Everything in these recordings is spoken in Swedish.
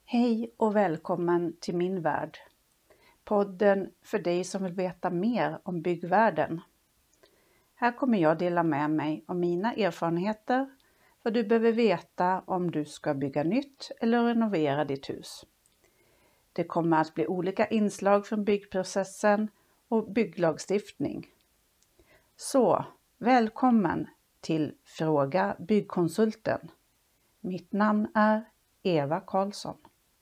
Hej och välkommen till min värld. Podden för dig som vill veta mer om byggvärlden. Här kommer jag dela med mig av mina erfarenheter, vad du behöver veta om du ska bygga nytt eller renovera ditt hus. Det kommer att bli olika inslag från byggprocessen och bygglagstiftning. Så, välkommen till Fråga Byggkonsulten. Mitt namn är Eva Karlsson.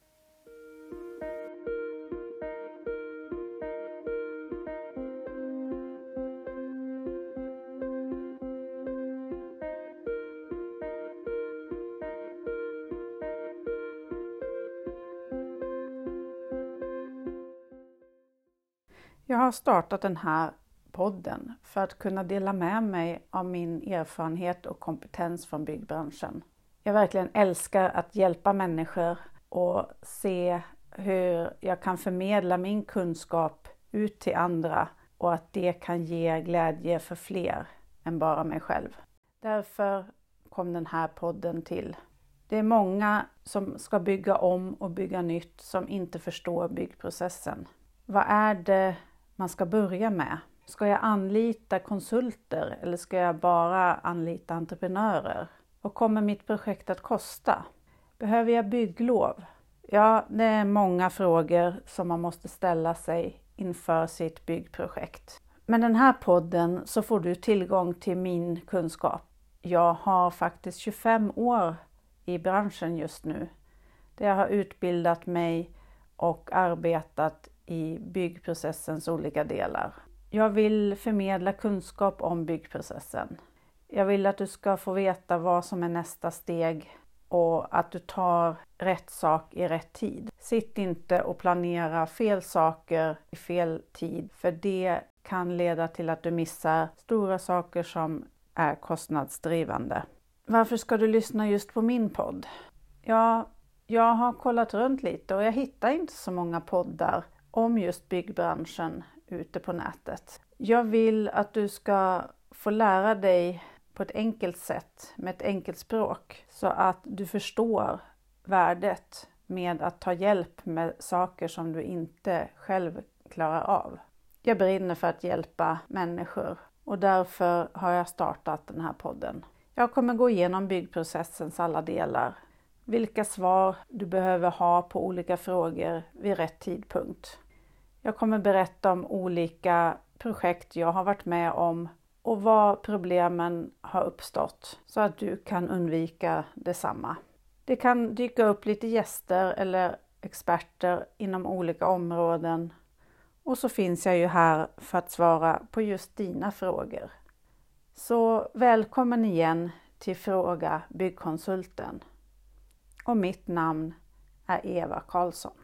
Jag har startat den här podden för att kunna dela med mig av min erfarenhet och kompetens från byggbranschen. Jag verkligen älskar att hjälpa människor och se hur jag kan förmedla min kunskap ut till andra och att det kan ge glädje för fler än bara mig själv. Därför kom den här podden till. Det är många som ska bygga om och bygga nytt som inte förstår byggprocessen. Vad är det man ska börja med? Ska jag anlita konsulter eller ska jag bara anlita entreprenörer? Vad kommer mitt projekt att kosta? Behöver jag bygglov? Ja, det är många frågor som man måste ställa sig inför sitt byggprojekt. Men den här podden så får du tillgång till min kunskap. Jag har faktiskt 25 år i branschen just nu. Där jag har utbildat mig och arbetat i byggprocessens olika delar. Jag vill förmedla kunskap om byggprocessen. Jag vill att du ska få veta vad som är nästa steg och att du tar rätt sak i rätt tid. Sitt inte och planera fel saker i fel tid, för det kan leda till att du missar stora saker som är kostnadsdrivande. Varför ska du lyssna just på min podd? Ja, jag har kollat runt lite och jag hittar inte så många poddar om just byggbranschen ute på nätet. Jag vill att du ska få lära dig på ett enkelt sätt med ett enkelt språk så att du förstår värdet med att ta hjälp med saker som du inte själv klarar av. Jag brinner för att hjälpa människor och därför har jag startat den här podden. Jag kommer gå igenom byggprocessens alla delar. Vilka svar du behöver ha på olika frågor vid rätt tidpunkt. Jag kommer berätta om olika projekt jag har varit med om och var problemen har uppstått så att du kan undvika detsamma. Det kan dyka upp lite gäster eller experter inom olika områden och så finns jag ju här för att svara på just dina frågor. Så välkommen igen till Fråga Byggkonsulten. Och mitt namn är Eva Karlsson.